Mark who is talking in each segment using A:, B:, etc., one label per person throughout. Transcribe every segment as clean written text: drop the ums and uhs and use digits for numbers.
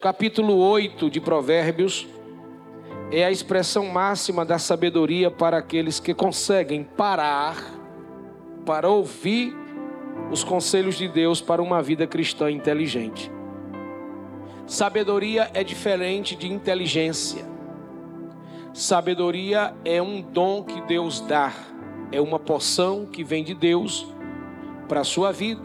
A: Capítulo 8 de Provérbios é a expressão máxima da sabedoria para aqueles que conseguem parar para ouvir os conselhos de Deus para uma vida cristã inteligente. Sabedoria é diferente de inteligência. Sabedoria é um dom que Deus dá, é uma porção que vem de Deus para a sua vida.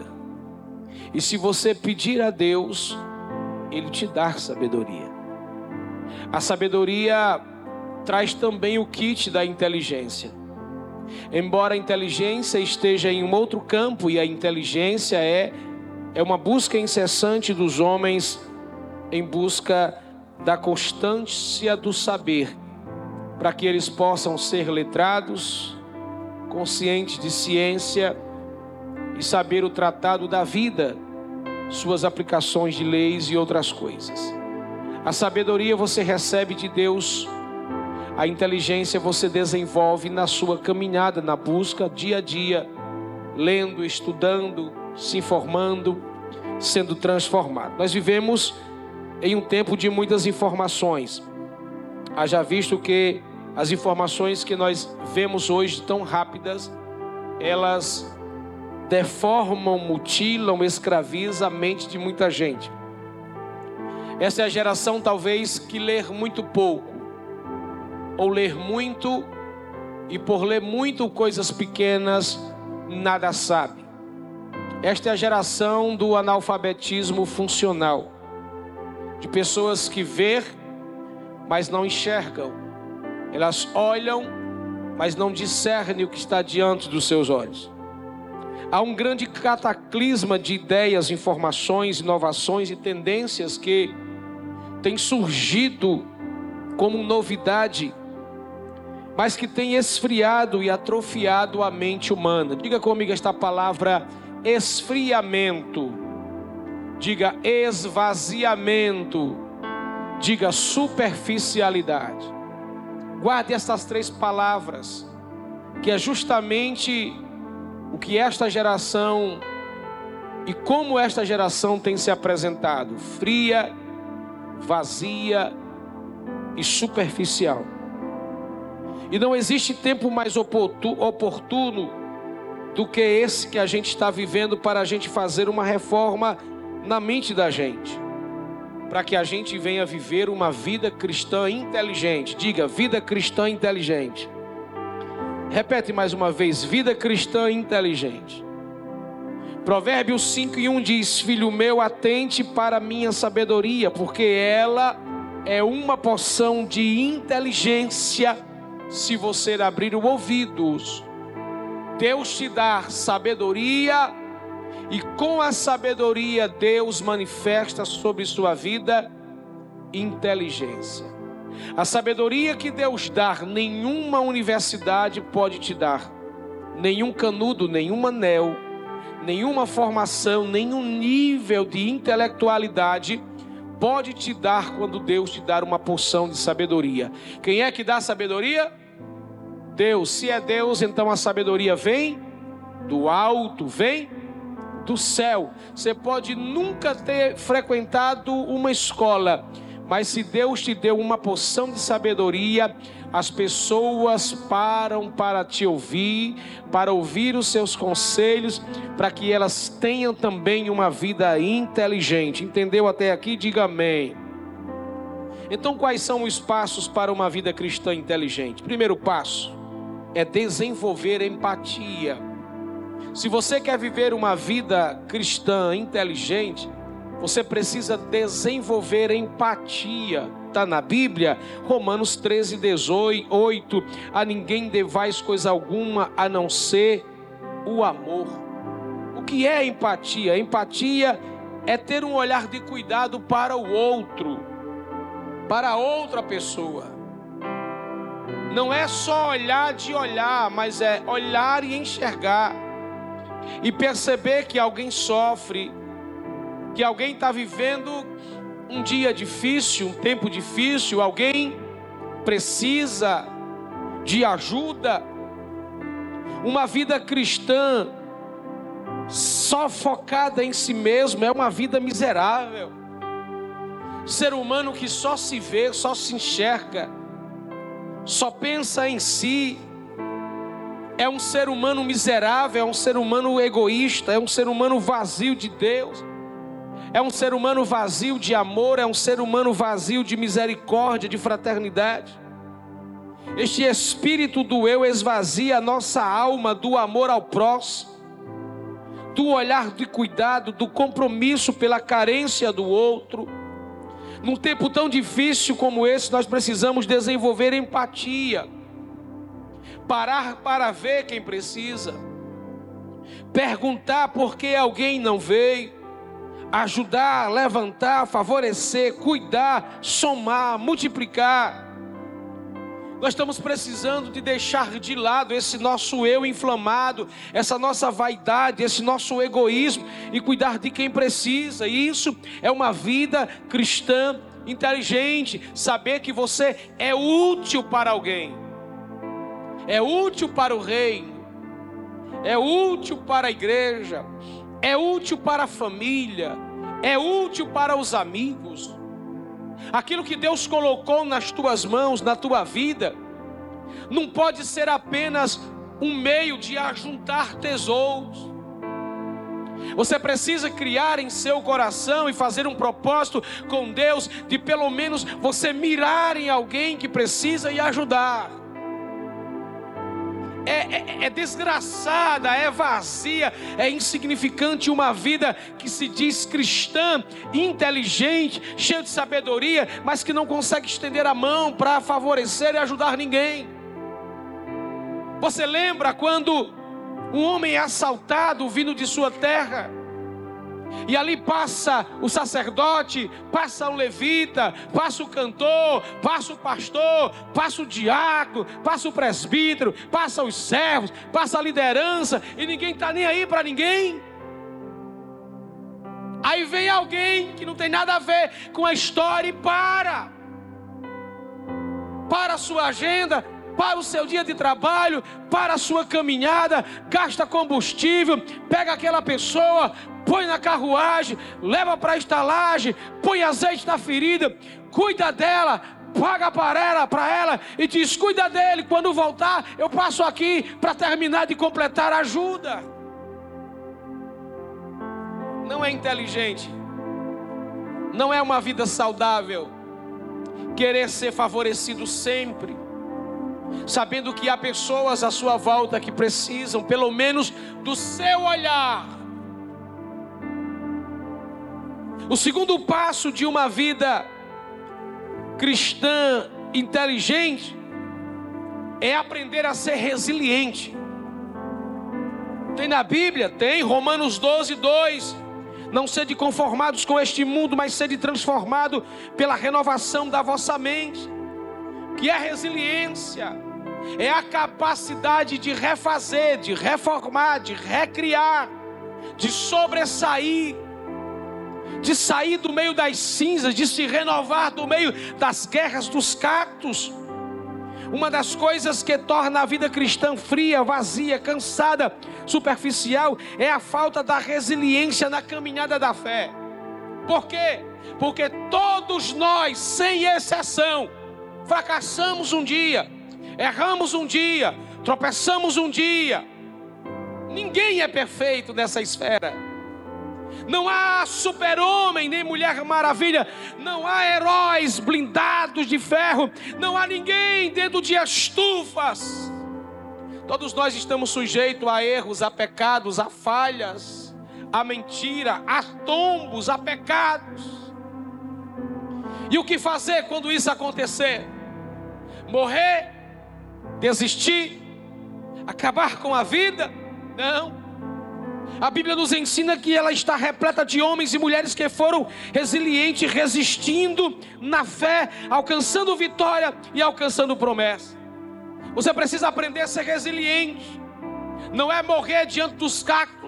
A: E se você pedir a Deus, Ele te dá sabedoria. A sabedoria traz também o kit da inteligência. Embora a inteligência esteja em um outro campo, e a inteligência é uma busca incessante dos homens em busca da constância do saber, para que eles possam ser letrados, conscientes de ciência e saber o tratado da vida, suas aplicações de leis e outras coisas. A sabedoria você recebe de Deus, a inteligência você desenvolve na sua caminhada, na busca dia a dia, lendo, estudando, se informando, sendo transformado. Nós vivemos em um tempo de muitas informações. Haja visto que as informações que nós vemos hoje tão rápidas, elas deformam, mutilam, escravizam a mente de muita gente. Essa é a geração talvez que lê muito pouco, ou ler muito, e por ler muito coisas pequenas, nada sabe. Esta é a geração do analfabetismo funcional, de pessoas que vê, mas não enxergam. Elas olham, mas não discernem o que está diante dos seus olhos. Há um grande cataclisma de ideias, informações, inovações e tendências que tem surgido como novidade, mas que tem esfriado e atrofiado a mente humana. Diga comigo esta palavra: esfriamento. Diga esvaziamento. Diga superficialidade. Guarde estas três palavras, que é justamente o que esta geração e como esta geração tem se apresentado: fria, vazia e superficial. E não existe tempo mais oportuno do que esse que a gente está vivendo para a gente fazer uma reforma na mente da gente, para que a gente venha viver uma vida cristã inteligente. Diga, vida cristã inteligente. Repete mais uma vez: vida cristã inteligente. Provérbios 5:1 diz: filho meu, atente para a minha sabedoria, porque ela é uma porção de inteligência, se você abrir os ouvidos. Deus te dá sabedoria, e com a sabedoria Deus manifesta sobre sua vida inteligência. A sabedoria que Deus dá, nenhuma universidade pode te dar, nenhum canudo, nenhum anel, nenhuma formação, nenhum nível de intelectualidade pode te dar quando Deus te dar uma porção de sabedoria. Quem é que dá sabedoria? Deus. Se é Deus, então a sabedoria vem do alto, vem do céu. Você pode nunca ter frequentado uma escola, mas se Deus te deu uma porção de sabedoria, as pessoas param para te ouvir, para ouvir os seus conselhos, para que elas tenham também uma vida inteligente. Entendeu até aqui? Diga amém. Então, quais são os passos para uma vida cristã inteligente? Primeiro passo é desenvolver empatia. Se você quer viver uma vida cristã inteligente, você precisa desenvolver empatia. Está na Bíblia, Romanos 13:18: a ninguém devais coisa alguma a não ser o amor. O que é empatia? Empatia é ter um olhar de cuidado para o outro, para outra pessoa. Não é só olhar de olhar, mas é olhar e enxergar, e perceber que alguém sofre, que alguém está vivendo um dia difícil, um tempo difícil, alguém precisa de ajuda. Uma vida cristã só focada em si mesmo é uma vida miserável. Ser humano que só se vê, só se enxerga, só pensa em si, é um ser humano miserável, é um ser humano egoísta, é um ser humano vazio de Deus, é um ser humano vazio de amor, é um ser humano vazio de misericórdia, de fraternidade. Este espírito do eu esvazia a nossa alma do amor ao próximo, do olhar de cuidado, do compromisso pela carência do outro. Num tempo tão difícil como esse, nós precisamos desenvolver empatia, parar para ver quem precisa, perguntar por que alguém não veio, ajudar, levantar, favorecer, cuidar, somar, multiplicar. Nós estamos precisando de deixar de lado esse nosso eu inflamado, essa nossa vaidade, esse nosso egoísmo, e cuidar de quem precisa. E isso é uma vida cristã inteligente, saber que você é útil para alguém, é útil para o reino, é útil para a igreja, é útil para a família, é útil para os amigos. Aquilo que Deus colocou nas tuas mãos, na tua vida, não pode ser apenas um meio de ajuntar tesouros. Você precisa criar em seu coração e fazer um propósito com Deus, de pelo menos você mirar em alguém que precisa e ajudar. É desgraçada, é vazia, é insignificante uma vida que se diz cristã, inteligente, cheia de sabedoria, mas que não consegue estender a mão para favorecer e ajudar ninguém. Você lembra quando um homem é assaltado vindo de sua terra, e ali passa o sacerdote, passa o levita, passa o cantor, passa o pastor, passa o diácono, passa o presbítero, passa os servos, passa a liderança, e ninguém está nem aí para ninguém. Aí vem alguém que não tem nada a ver com a história e para a sua agenda, para o seu dia de trabalho, para a sua caminhada, gasta combustível, pega aquela pessoa, põe na carruagem, leva para a estalagem, põe azeite na ferida, cuida dela, paga para ela e diz: cuida dele, quando voltar eu passo aqui para terminar de completar a ajuda. Não é inteligente, não é uma vida saudável querer ser favorecido sempre, sabendo que há pessoas à sua volta que precisam pelo menos do seu olhar. O segundo passo de uma vida cristã inteligente é aprender a ser resiliente. Tem na Bíblia? Tem, Romanos 12:2. Não sede conformados com este mundo, mas sede transformado pela renovação da vossa mente. Que é resiliência? É a capacidade de refazer, de reformar, de recriar, de sobressair, de sair do meio das cinzas, de se renovar do meio das guerras dos cactos. Uma das coisas que torna a vida cristã fria, vazia, cansada, superficial, é a falta da resiliência na caminhada da fé. Por quê? Porque todos nós, sem exceção, fracassamos um dia, erramos um dia, tropeçamos um dia. Ninguém é perfeito nessa esfera. Não há super-homem nem mulher maravilha, não há heróis blindados de ferro, não há ninguém dentro de estufas. Todos nós estamos sujeitos a erros, a pecados, a falhas, a mentira, a tombos, a pecados. E o que fazer quando isso acontecer? Morrer? Desistir? Acabar com a vida? Não. A Bíblia nos ensina que ela está repleta de homens e mulheres que foram resilientes, resistindo na fé, alcançando vitória e alcançando promessa. Você precisa aprender a ser resiliente. Não é morrer diante dos cactos,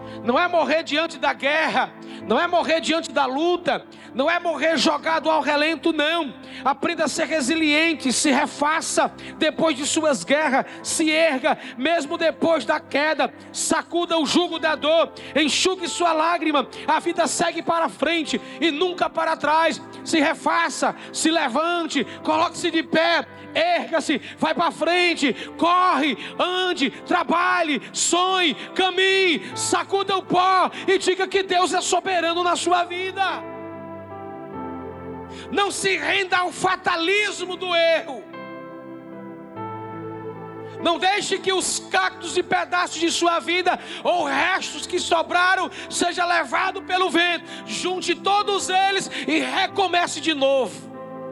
A: não é morrer diante da guerra, não é morrer diante da luta, não é morrer jogado ao relento, não. Aprenda a ser resiliente, se refaça depois de suas guerras, se erga mesmo depois da queda, sacuda o jugo da dor, enxugue sua lágrima, a vida segue para frente e nunca para trás. Se refaça, se levante, coloque-se de pé, erga-se, vai para frente, corre, ande, trabalhe, sonhe, caminhe, sacuda o pó e diga que Deus é soberano na sua vida. Não se renda ao fatalismo do erro. Não deixe que os cactos e pedaços de sua vida, ou restos que sobraram, seja levado pelo vento. Junte todos eles e recomece de novo.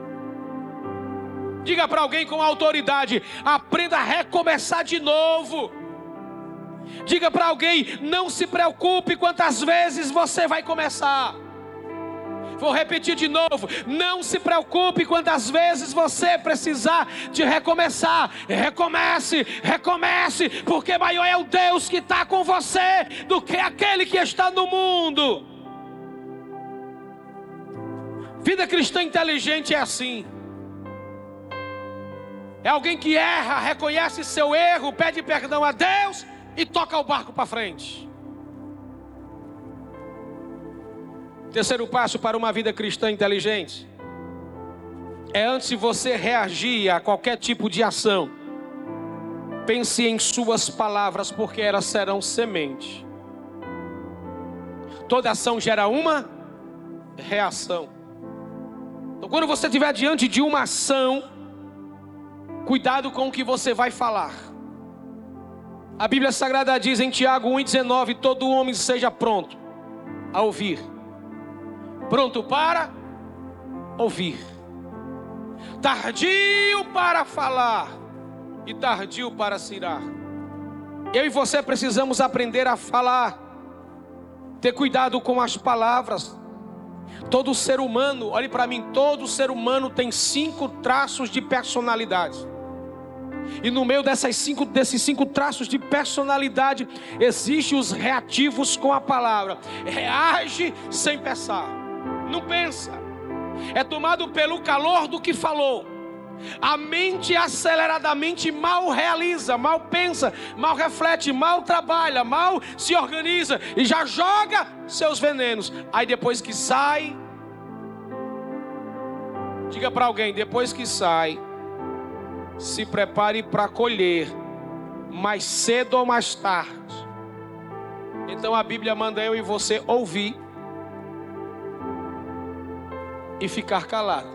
A: Diga para alguém com autoridade: aprenda a recomeçar de novo. Diga para alguém: não se preocupe quantas vezes você vai começar. Vou repetir de novo: não se preocupe quantas vezes você precisar de recomeçar. Recomece, recomece, porque maior é o Deus que está com você do que aquele que está no mundo. Vida cristã inteligente é assim. É alguém que erra, reconhece seu erro, pede perdão a Deus e toca o barco para frente. Terceiro passo para uma vida cristã inteligente é, antes de você reagir a qualquer tipo de ação, pense em suas palavras, porque elas serão semente. Toda ação gera uma reação. Então, quando você estiver diante de uma ação, cuidado com o que você vai falar. A Bíblia Sagrada diz em Tiago 1,19: todo homem seja pronto a ouvir, pronto para ouvir, tardio para falar e tardio para se irar. Eu e você precisamos aprender a falar, ter cuidado com as palavras. Todo ser humano, olhe para mim, todo ser humano tem 5 traços de personalidade. E no meio desses cinco traços de personalidade, existem os reativos com a palavra. Reage sem pensar, não pensa, é tomado pelo calor do que falou. A mente aceleradamente mal realiza, mal pensa, mal reflete, mal trabalha, mal se organiza e já joga seus venenos. Aí depois que sai, diga para alguém: depois que sai, se prepare para colher, mais cedo ou mais tarde. Então a Bíblia manda eu e você ouvir e ficar calado.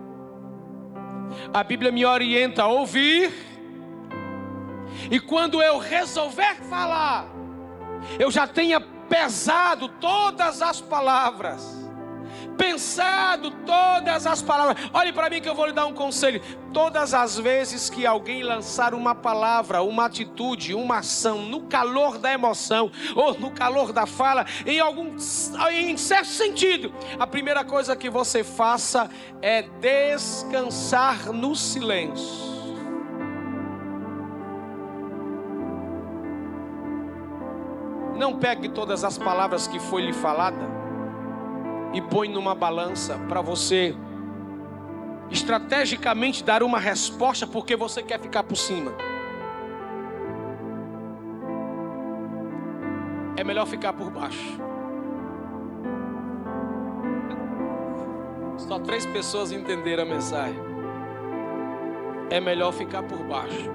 A: A Bíblia me orienta a ouvir, e quando eu resolver falar, eu já tenha pesado todas as palavras, pensado todas as palavras. Olhe para mim que eu vou lhe dar um conselho. Todas as vezes que alguém lançar uma palavra, uma atitude, uma ação, no calor da emoção ou no calor da fala, em certo sentido, a primeira coisa que você faça é descansar no silêncio. Não pegue todas as palavras que foi lhe falada e põe numa balança para você estrategicamente dar uma resposta, porque você quer ficar por cima. É melhor ficar por baixo. Só 3 pessoas entenderam a mensagem. É melhor ficar por baixo.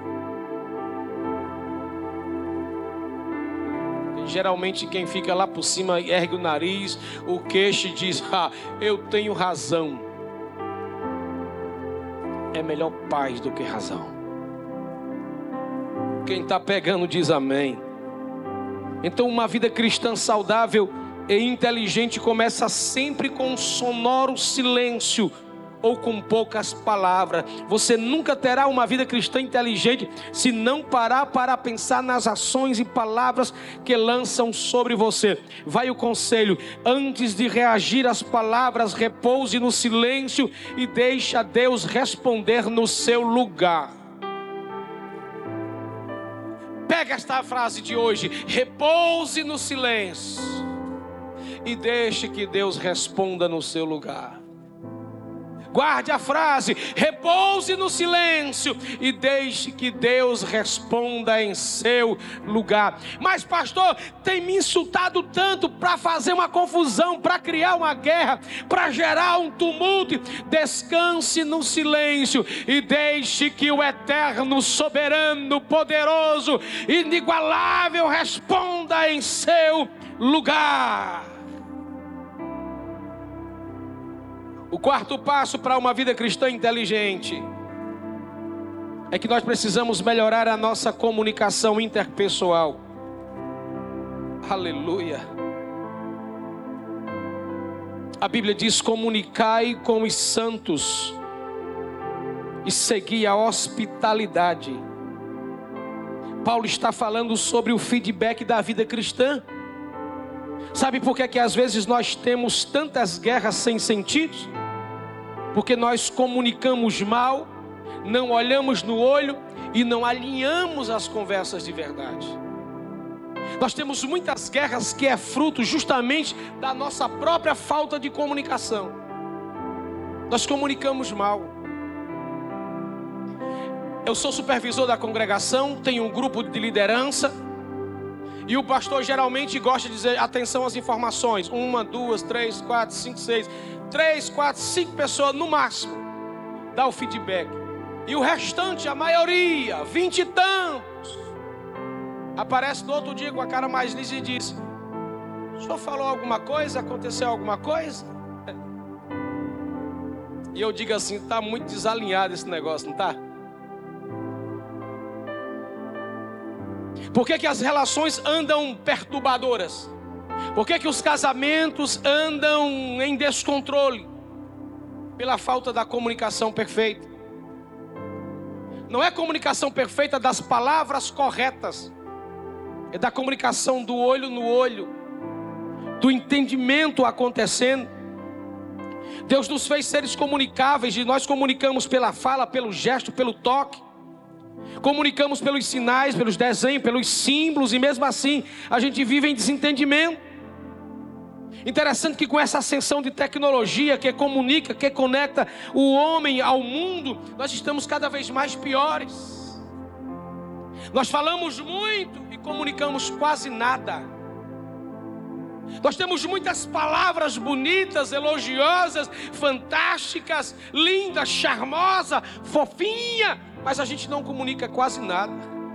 A: Geralmente quem fica lá por cima ergue o nariz, o queixo e diz: eu tenho razão. É melhor paz do que razão. Quem está pegando diz amém. Então uma vida cristã saudável e inteligente começa sempre com um sonoro silêncio ou com poucas palavras. Você nunca terá uma vida cristã inteligente se não parar para pensar nas ações e palavras que lançam sobre você. Vai o conselho: antes de reagir às palavras, repouse no silêncio e deixa Deus responder no seu lugar. Pega esta frase de hoje: repouse no silêncio e deixe que Deus responda no seu lugar. Guarde a frase: repouse no silêncio e deixe que Deus responda em seu lugar. Mas pastor, tem me insultado tanto para fazer uma confusão, para criar uma guerra, para gerar um tumulto. Descanse no silêncio e deixe que o eterno, soberano, poderoso, inigualável responda em seu lugar. O quarto passo para uma vida cristã inteligente é que nós precisamos melhorar a nossa comunicação interpessoal. Aleluia. A Bíblia diz: comunicai com os santos e segui a hospitalidade. Paulo está falando sobre o feedback da vida cristã. Sabe por que às vezes nós temos tantas guerras sem sentido? Porque nós comunicamos mal, não olhamos no olho e não alinhamos as conversas de verdade. Nós temos muitas guerras que é fruto justamente da nossa própria falta de comunicação. Nós comunicamos mal. Eu sou supervisor da congregação, tenho um grupo de liderança. E o pastor geralmente gosta de dizer: atenção às informações. 1, 2, 3, 4, 5, 6. 3, 4, 5 pessoas no máximo dá o feedback. E o restante, a maioria, 20 e tantos, aparece no outro dia com a cara mais lisa e diz: o senhor falou alguma coisa? Aconteceu alguma coisa? E eu digo assim: está muito desalinhado esse negócio, não está? Por que as relações andam perturbadoras? Por que os casamentos andam em descontrole? Pela falta da comunicação perfeita. Não é comunicação perfeita das palavras corretas, é da comunicação do olho no olho, do entendimento acontecendo. Deus nos fez seres comunicáveis e nós comunicamos pela fala, pelo gesto, pelo toque. Comunicamos pelos sinais, pelos desenhos, pelos símbolos, e mesmo assim a gente vive em desentendimento. Interessante que com essa ascensão de tecnologia que comunica, que conecta o homem ao mundo, nós estamos cada vez mais piores. Nós falamos muito e comunicamos quase nada. Nós temos muitas palavras bonitas, elogiosas, fantásticas, lindas, charmosa, fofinha, mas a gente não comunica quase nada.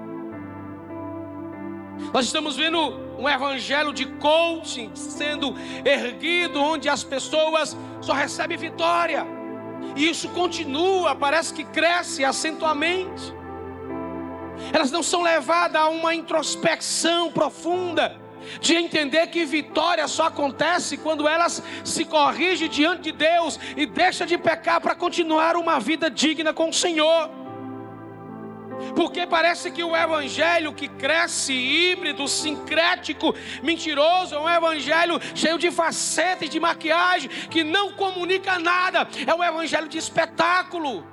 A: Nós estamos vendo um evangelho de coaching sendo erguido, onde as pessoas só recebem vitória. E isso continua, parece que cresce acentuamente. Elas não são levadas a uma introspecção profunda, de entender que vitória só acontece quando elas se corrigem diante de Deus e deixam de pecar para continuar uma vida digna com o Senhor. Porque parece que o evangelho que cresce híbrido, sincrético, mentiroso, é um evangelho cheio de facetas, de maquiagem, que não comunica nada. É um evangelho de espetáculo.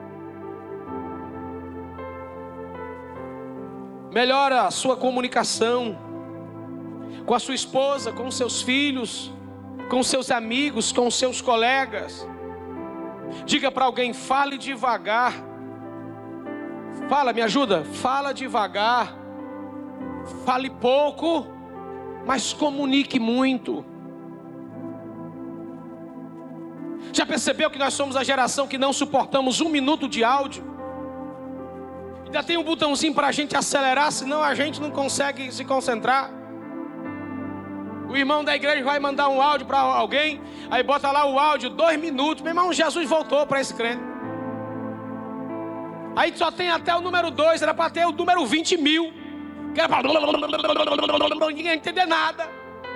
A: Melhora a sua comunicação com a sua esposa, com os seus filhos, com os seus amigos, com os seus colegas. Diga para alguém: fale devagar. Fala, me ajuda. Fala devagar. Fale pouco, mas comunique muito. Já percebeu que nós somos a geração que não suportamos 1 minuto de áudio? Ainda tem um botãozinho para a gente acelerar, senão a gente não consegue se concentrar. O irmão da igreja vai mandar um áudio para alguém, aí bota lá o áudio, 2 minutos. Meu irmão, Jesus voltou para esse crente. Aí só tem até o número 2, era para ter o número 20.000. Que era para ninguém ia entender nada.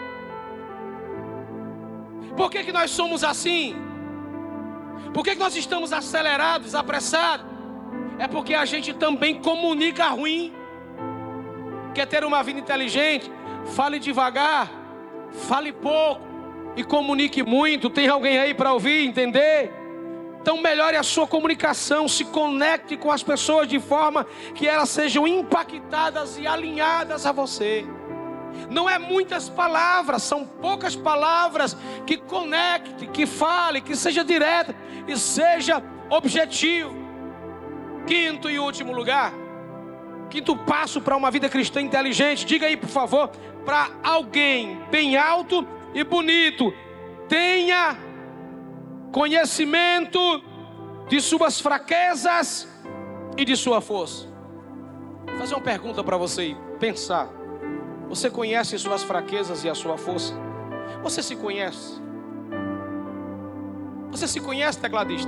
A: Por que nós somos assim? Por que nós estamos acelerados, apressados? É porque a gente também comunica ruim. Quer ter uma vida inteligente? Fale devagar, fale pouco e comunique muito. Tem alguém aí para ouvir, entender? Então melhore a sua comunicação, se conecte com as pessoas de forma que elas sejam impactadas e alinhadas a você. Não é muitas palavras, são poucas palavras que conecte, que fale, que seja direto e seja objetivo. Quinto e último lugar, quinto passo para uma vida cristã inteligente, diga aí por favor, para alguém bem alto e bonito, tenha conhecimento de suas fraquezas e de sua força. Vou fazer uma pergunta para você pensar. Você conhece suas fraquezas e a sua força? Você se conhece? Você se conhece, tecladista?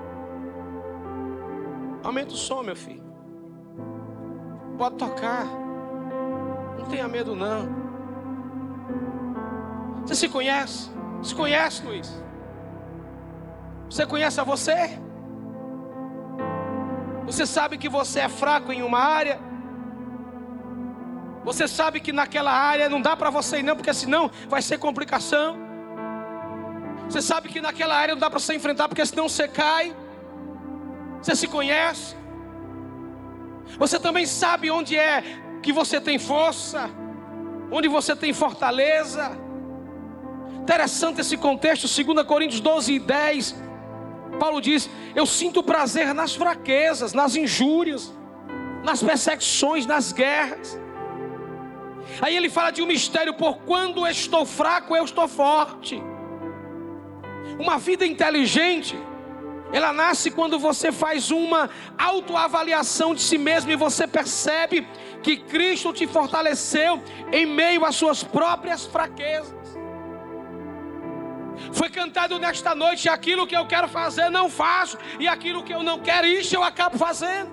A: Aumenta o som, meu filho. Pode tocar. Não tenha medo, não. Você se conhece? Se conhece, Luiz? Você conhece a você? Você sabe que você é fraco em uma área? Você sabe que naquela área não dá para você ir não, porque senão vai ser complicação. Você sabe que naquela área não dá para você enfrentar, porque senão você cai. Você se conhece? Você também sabe onde é que você tem força, onde você tem fortaleza. Interessante esse contexto, 2 Coríntios 12:10. Paulo diz: eu sinto prazer nas fraquezas, nas injúrias, nas perseguições, nas guerras. Aí ele fala de um mistério: por quando estou fraco, eu estou forte. Uma vida inteligente, ela nasce quando você faz uma autoavaliação de si mesmo e você percebe que Cristo te fortaleceu em meio às suas próprias fraquezas. Foi cantado nesta noite: aquilo que eu quero fazer não faço, e aquilo que eu não quero, isso eu acabo fazendo.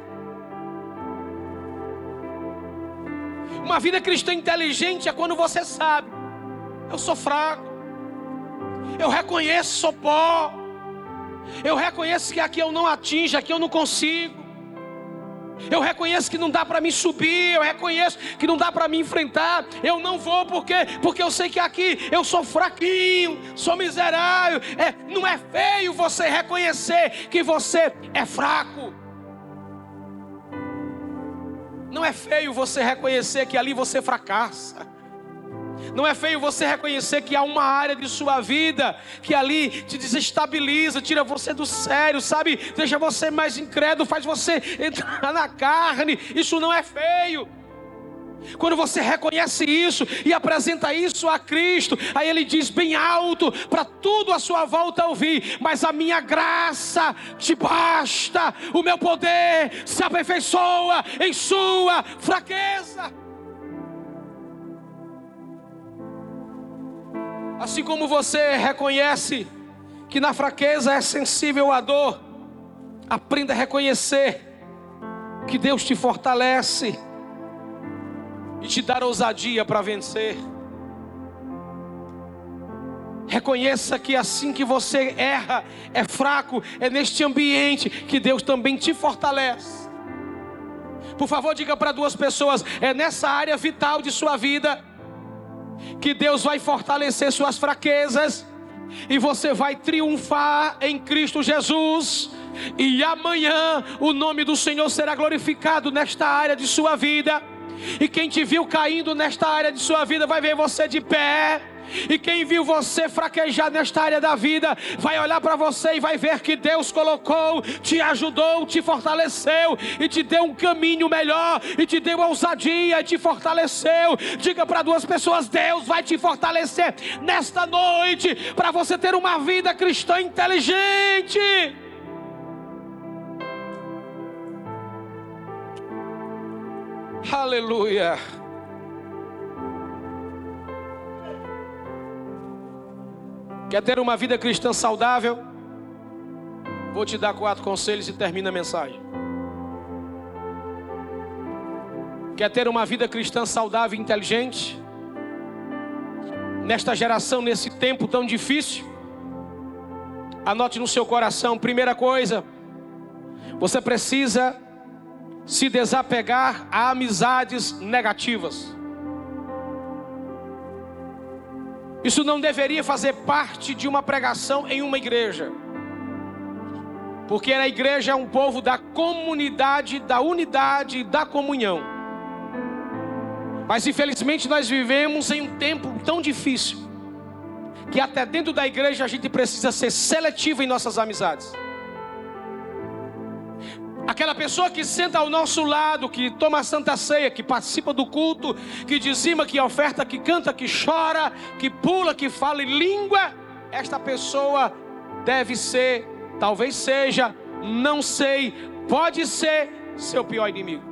A: Uma vida cristã inteligente é quando você sabe: eu sou fraco, eu reconheço, sou pó, eu reconheço que aqui eu não atinjo, aqui eu não consigo, eu reconheço que não dá para me subir, eu reconheço que não dá para me enfrentar, eu não vou porque eu sei que aqui eu sou fraquinho, sou miserável. Não é feio você reconhecer que você é fraco. Não é feio você reconhecer que ali você fracassa. Não é feio você reconhecer que há uma área de sua vida que ali te desestabiliza, tira você do sério, sabe? Deixa você mais incrédulo, faz você entrar na carne. Isso não é feio. Quando você reconhece isso e apresenta isso a Cristo, aí ele diz bem alto para tudo à sua volta ouvir: mas a minha graça te basta, o meu poder se aperfeiçoa em sua fraqueza. Assim como você reconhece que na fraqueza é sensível à dor, aprenda a reconhecer que Deus te fortalece e te dar ousadia para vencer. Reconheça que assim que você erra, é fraco, é neste ambiente que Deus também te fortalece. Por favor, diga para duas pessoas: é nessa área vital de sua vida que Deus vai fortalecer suas fraquezas e você vai triunfar em Cristo Jesus. E amanhã o nome do Senhor será glorificado nesta área de sua vida. E quem te viu caindo nesta área de sua vida vai ver você de pé. E quem viu você fraquejar nesta área da vida vai olhar para você e vai ver que Deus colocou, te ajudou, te fortaleceu e te deu um caminho melhor, e te deu ousadia e te fortaleceu. Diga para duas pessoas: Deus vai te fortalecer nesta noite para você ter uma vida cristã inteligente. Aleluia. Quer ter uma vida cristã saudável? Vou te dar 4 conselhos e termina a mensagem. Quer ter uma vida cristã saudável e inteligente? Nesta geração, nesse tempo tão difícil, anote no seu coração: primeira coisa, você precisa se desapegar a amizades negativas. Isso não deveria fazer parte de uma pregação em uma igreja. Porque a igreja é um povo da comunidade, da unidade, da comunhão. Mas infelizmente nós vivemos em um tempo tão difícil, que até dentro da igreja a gente precisa ser seletivo em nossas amizades. Aquela pessoa que senta ao nosso lado, que toma a Santa Ceia, que participa do culto, que dizima, que oferta, que canta, que chora, que pula, que fala em língua, esta pessoa deve ser, talvez seja, não sei, pode ser seu pior inimigo.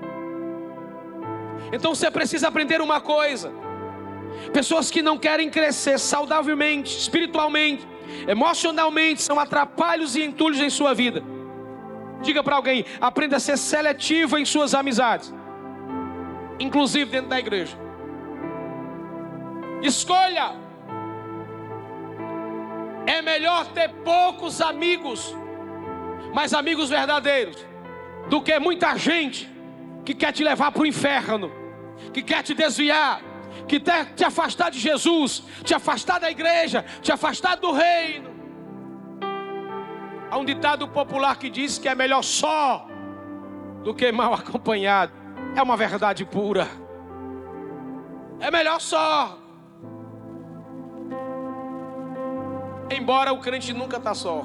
A: Então você precisa aprender uma coisa: pessoas que não querem crescer saudavelmente, espiritualmente, emocionalmente, são atrapalhos e entulhos em sua vida. Diga para alguém: aprenda a ser seletivo em suas amizades, inclusive dentro da igreja. Escolha. É melhor ter poucos amigos, mas amigos verdadeiros, do que muita gente que quer te levar para o inferno, que quer te desviar, que quer te afastar de Jesus, te afastar da igreja, te afastar do reino. Há um ditado popular que diz que é melhor só do que mal acompanhado. É uma verdade pura. É melhor só. Embora o crente nunca está só.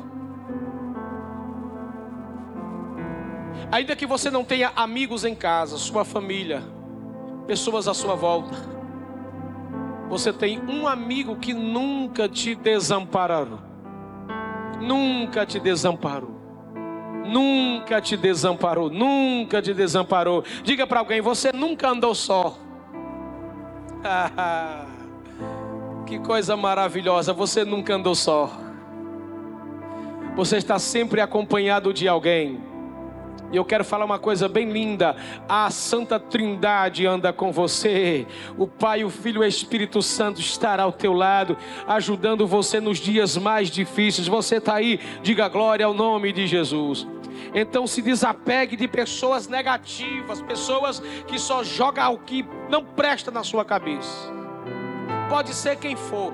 A: Ainda que você não tenha amigos em casa, sua família, pessoas à sua volta, você tem um amigo que nunca te desamparará. Nunca te desamparou. Nunca te desamparou. Nunca te desamparou. Diga para alguém: você nunca andou só. Que coisa maravilhosa. Você nunca andou só. Você está sempre acompanhado de alguém. E eu quero falar uma coisa bem linda: a Santa Trindade anda com você. O Pai, o Filho e o Espírito Santo estará ao teu lado, ajudando você nos dias mais difíceis. Você está aí, diga glória ao nome de Jesus. Então se desapegue de pessoas negativas, pessoas que só jogam o que não presta na sua cabeça. Pode ser quem for.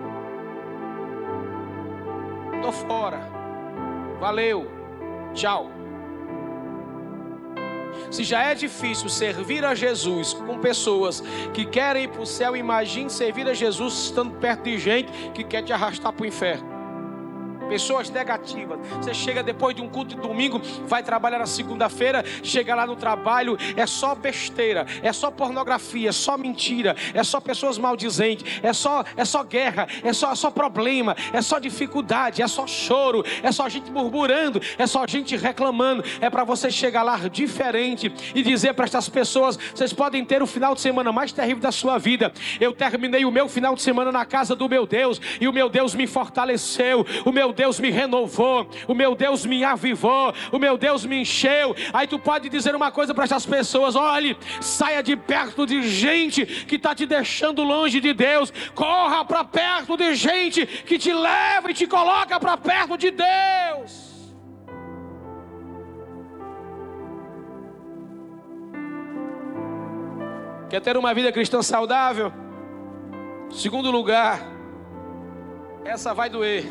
A: Tô fora. Valeu. Tchau. Se já é difícil servir a Jesus com pessoas que querem ir para o céu, imagine servir a Jesus estando perto de gente que quer te arrastar para o inferno. Pessoas negativas. Você chega depois de um culto de domingo, vai trabalhar na segunda-feira, chega lá no trabalho, é só besteira, é só pornografia, é só mentira, é só pessoas maldizentes, é só guerra, é só problema, é só dificuldade, é só choro, é só gente murmurando, é só gente reclamando. É para você chegar lá diferente e dizer para estas pessoas: vocês podem ter o final de semana mais terrível da sua vida. Eu terminei o meu final de semana na casa do meu Deus, e o meu Deus me fortaleceu, o meu Deus me renovou, o meu Deus me avivou, o meu Deus me encheu. Aí tu pode dizer uma coisa para essas pessoas: olhe, saia de perto de gente que está te deixando longe de Deus, corra para perto de gente que te leva e te coloca para perto de Deus. Quer ter uma vida cristã saudável? Segundo lugar, essa vai doer.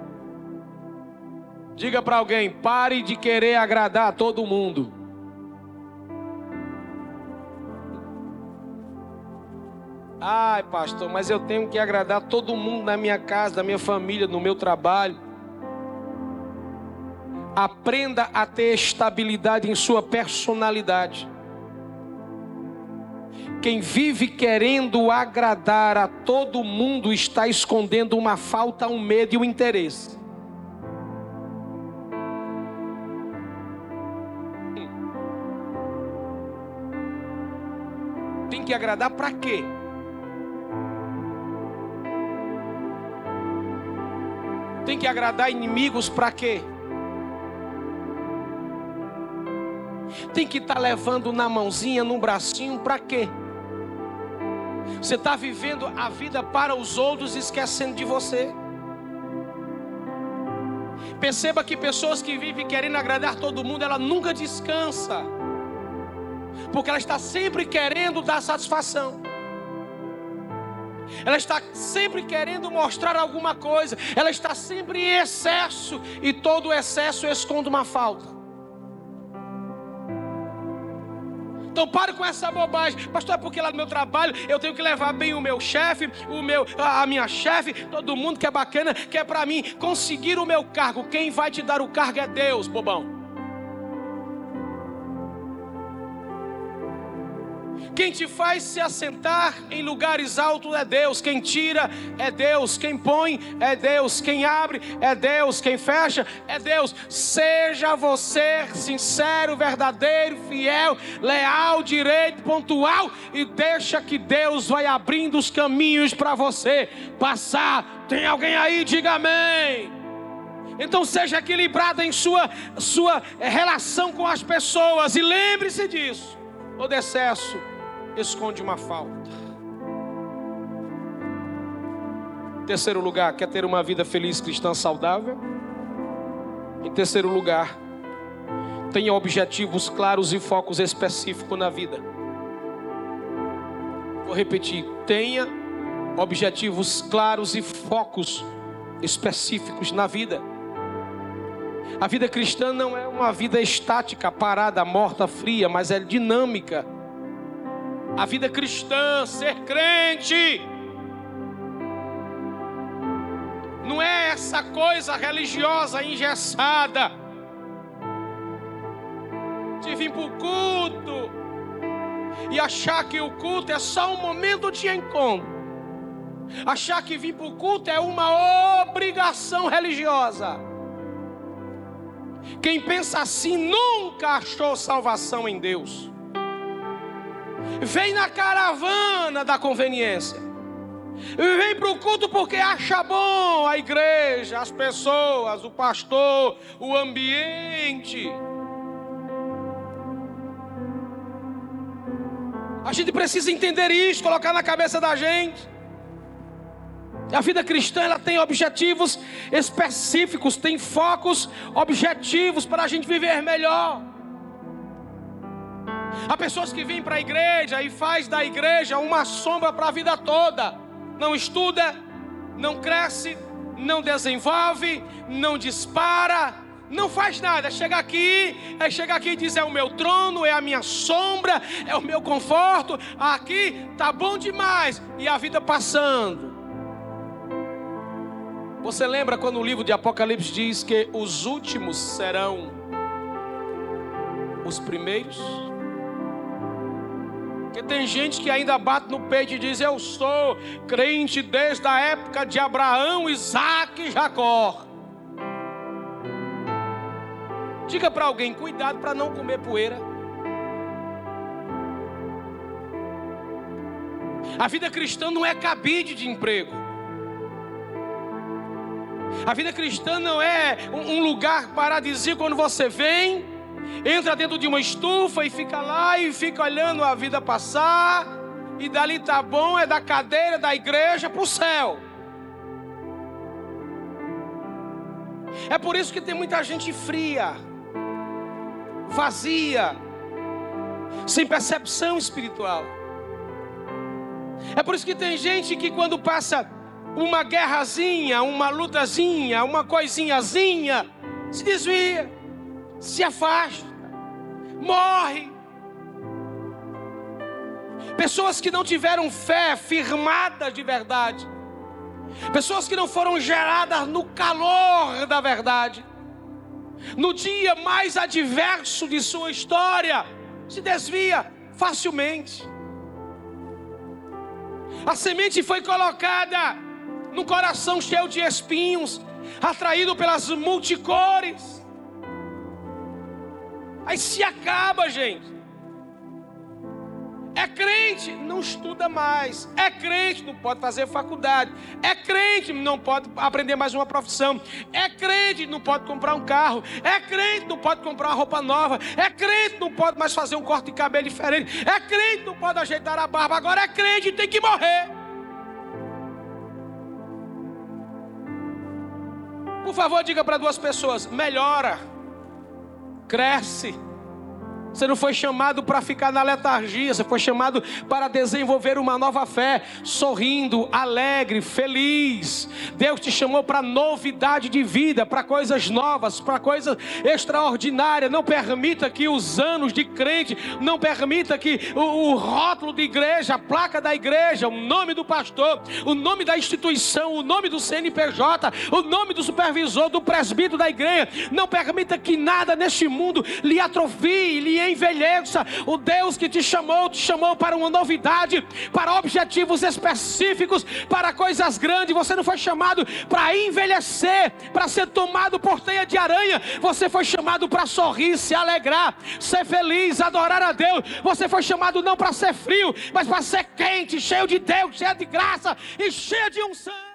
A: Diga para alguém: pare de querer agradar a todo mundo. Ai, pastor, mas eu tenho que agradar todo mundo na minha casa, na minha família, no meu trabalho. Aprenda a ter estabilidade em sua personalidade. Quem vive querendo agradar a todo mundo está escondendo uma falta, um medo e um interesse. Tem que agradar para quê? Tem que agradar inimigos para quê? Tem que estar levando na mãozinha, no bracinho, para quê? Você está vivendo a vida para os outros, esquecendo de você. Perceba que pessoas que vivem querendo agradar todo mundo, ela nunca descansa, porque ela está sempre querendo dar satisfação. Ela está sempre querendo mostrar alguma coisa. Ela está sempre em excesso. E todo excesso esconde uma falta. Então pare com essa bobagem. Pastor, é porque lá no meu trabalho eu tenho que levar bem o meu chefe, a minha chefe, todo mundo que é bacana, que é para mim conseguir o meu cargo. Quem vai te dar o cargo é Deus, bobão. Quem te faz se assentar em lugares altos é Deus. Quem tira é Deus. Quem põe é Deus. Quem abre é Deus. Quem fecha é Deus. Seja você sincero, verdadeiro, fiel, leal, direito, pontual, e deixa que Deus vai abrindo os caminhos para você passar. Tem alguém aí? Diga amém. Então seja equilibrado em sua relação com as pessoas. E lembre-se disso. Todo excesso esconde uma falta. Terceiro lugar, quer ter uma vida feliz cristã saudável? Em terceiro lugar, tenha objetivos claros e focos específicos na vida. Vou repetir, tenha objetivos claros e focos específicos na vida. A vida cristã não é uma vida estática, parada, morta, fria, mas é dinâmica. A vida cristã, ser crente, não é essa coisa religiosa engessada de vir para o culto e achar que o culto é só um momento de encontro. Achar que vir para o culto é uma obrigação religiosa. Quem pensa assim nunca achou salvação em Deus. Vem na caravana da conveniência. Vem para o culto porque acha bom a igreja, as pessoas, o pastor, o ambiente. A gente precisa entender isso, colocar na cabeça da gente. A vida cristã, ela tem objetivos específicos, tem focos objetivos para a gente viver melhor. Há pessoas que vêm para a igreja e faz da igreja uma sombra para a vida toda. Não estuda, não cresce, não desenvolve, não dispara, não faz nada. Chega aqui e diz: é o meu trono, é a minha sombra, é o meu conforto. Aqui tá bom demais. E a vida passando. Você lembra quando o livro de Apocalipse diz que os últimos serão os primeiros? Porque tem gente que ainda bate no peito e diz: eu sou crente desde a época de Abraão, Isaac e Jacó. Diga para alguém: cuidado para não comer poeira. A vida cristã não é cabide de emprego. A vida cristã não é um lugar paradisíaco quando você vem, entra dentro de uma estufa e fica lá e fica olhando a vida passar, e dali tá bom, é da cadeira da igreja para o céu. É por isso que tem muita gente fria, vazia, sem percepção espiritual. É por isso que tem gente que quando passa uma guerrazinha, uma lutazinha, uma coisinhazinha, se desvia, se afasta, morre. Pessoas que não tiveram fé firmada de verdade, pessoas que não foram geradas no calor da verdade, no dia mais adverso de sua história, se desvia facilmente. A semente foi colocada num coração cheio de espinhos, atraído pelas multicores. Aí se acaba, gente. É crente, não estuda mais. É crente, não pode fazer faculdade. É crente, não pode aprender mais uma profissão. É crente, não pode comprar um carro. É crente, não pode comprar uma roupa nova. É crente, não pode mais fazer um corte de cabelo diferente. É crente, não pode ajeitar a barba. Agora é crente, tem que morrer. Por favor, diga para duas pessoas: melhora, cresce, Você não foi chamado para ficar na letargia, você foi chamado para desenvolver uma nova fé, sorrindo, alegre, feliz. Deus te chamou para novidade de vida, para coisas novas, para coisas extraordinárias. Não permita que os anos de crente, não permita que o rótulo de igreja, a placa da igreja, o nome do pastor, o nome da instituição, o nome do CNPJ, o nome do supervisor, do presbítero da igreja, não permita que nada neste mundo lhe atrofie, lhe envelheça. O Deus que te chamou para uma novidade, para objetivos específicos, para coisas grandes. Você não foi chamado para envelhecer, para ser tomado por teia de aranha. Você foi chamado para sorrir, se alegrar, ser feliz, adorar a Deus. Você foi chamado não para ser frio, mas para ser quente, cheio de Deus, cheio de graça e cheio de unção.